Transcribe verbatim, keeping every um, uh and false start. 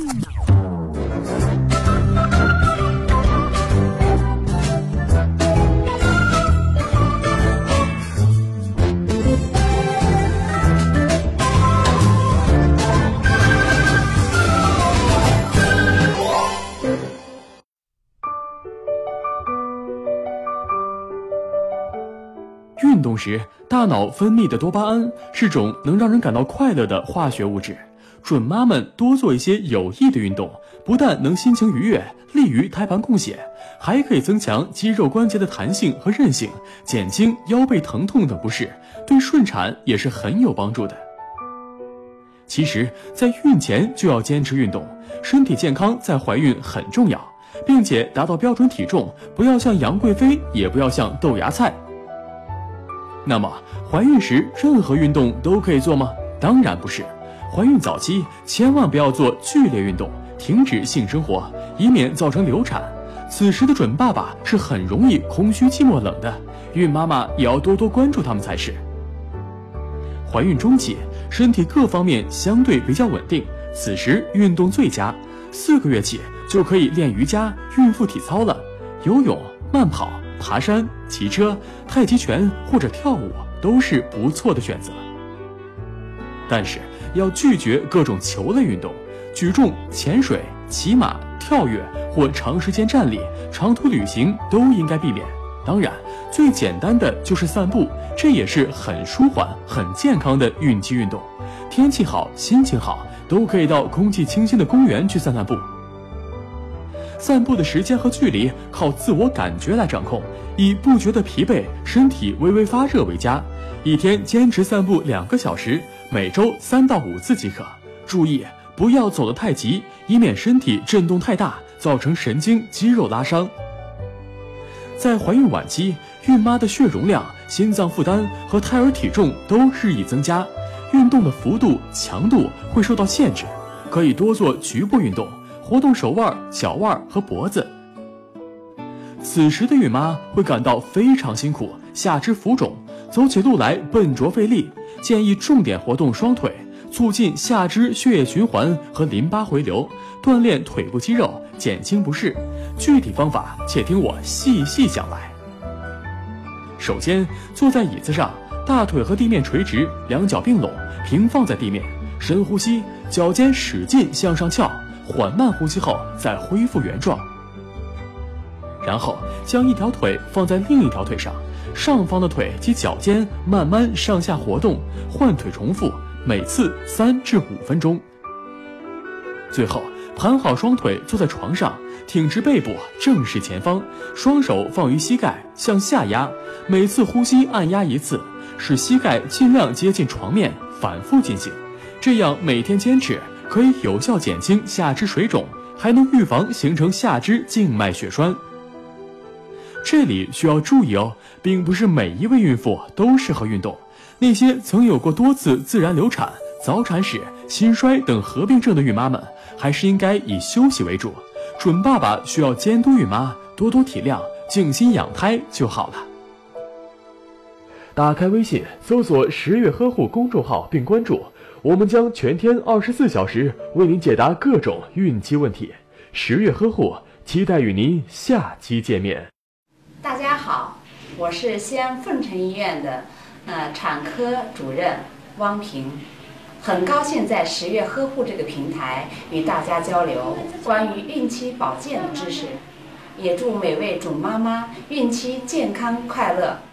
运动时，大脑分泌的多巴胺是种能让人感到快乐的化学物质。准妈们多做一些有益的运动，不但能心情愉悦，利于胎盘供血，还可以增强肌肉关节的弹性和韧性，减轻腰背疼痛等不适，对顺产也是很有帮助的。其实，在孕前就要坚持运动，身体健康在怀孕很重要，并且达到标准体重，不要像杨贵妃，也不要像豆芽菜。那么，怀孕时任何运动都可以做吗？当然不是。怀孕早期千万不要做剧烈运动，停止性生活，以免造成流产。此时的准爸爸是很容易空虚寂寞冷的，孕妈妈也要多多关注他们才是。怀孕中期，身体各方面相对比较稳定，此时运动最佳。四个月起就可以练瑜伽、孕妇体操了，游泳、慢跑、爬山、骑车、太极拳或者跳舞都是不错的选择。但是要拒绝各种球类运动，举重、潜水、骑马、跳跃或长时间站立、长途旅行都应该避免。当然，最简单的就是散步，这也是很舒缓、很健康的孕期运动。天气好、心情好，都可以到空气清新的公园去散散步。散步的时间和距离靠自我感觉来掌控，以不觉得疲惫、身体微微发热为佳。一天坚持散步两个小时，每周三到五次即可。注意不要走得太急，以免身体震动太大，造成神经肌肉拉伤。在怀孕晚期，孕妈的血容量、心脏负担和胎儿体重都日益增加，运动的幅度、强度会受到限制，可以多做局部运动，活动手腕、脚腕和脖子。此时的孕妈会感到非常辛苦，下肢浮肿，走起路来笨拙费力，建议重点活动双腿，促进下肢血液循环和淋巴回流，锻炼腿部肌肉，减轻不适。具体方法且听我细细讲来。首先，坐在椅子上，大腿和地面垂直，两脚并拢，平放在地面，深呼吸，脚尖使劲向上翘，缓慢呼吸后再恢复原状。然后将一条腿放在另一条腿上，上方的腿及脚尖慢慢上下活动，换腿重复，每次三至五分钟。最后盘好双腿，坐在床上，挺直背部，正视前方，双手放于膝盖，向下压，每次呼吸按压一次，使膝盖尽量接近床面，反复进行。这样每天坚持，可以有效减轻下肢水肿，还能预防形成下肢静脉血栓。这里需要注意哦，并不是每一位孕妇都适合运动。那些曾有过多次自然流产、早产史、心衰等合并症的孕妈们，还是应该以休息为主。准爸爸需要监督孕妈，多多体谅，静心养胎就好了。打开微信，搜索十月呵护公众号并关注，我们将全天二十四小时为您解答各种孕期问题。十月呵护，期待与您下期见面。 大家好，我是西安凤城医院的呃产科主任汪平，很高兴在十月呵护这个平台与大家交流关于孕期保健的知识，也祝每位准妈妈孕期健康快乐。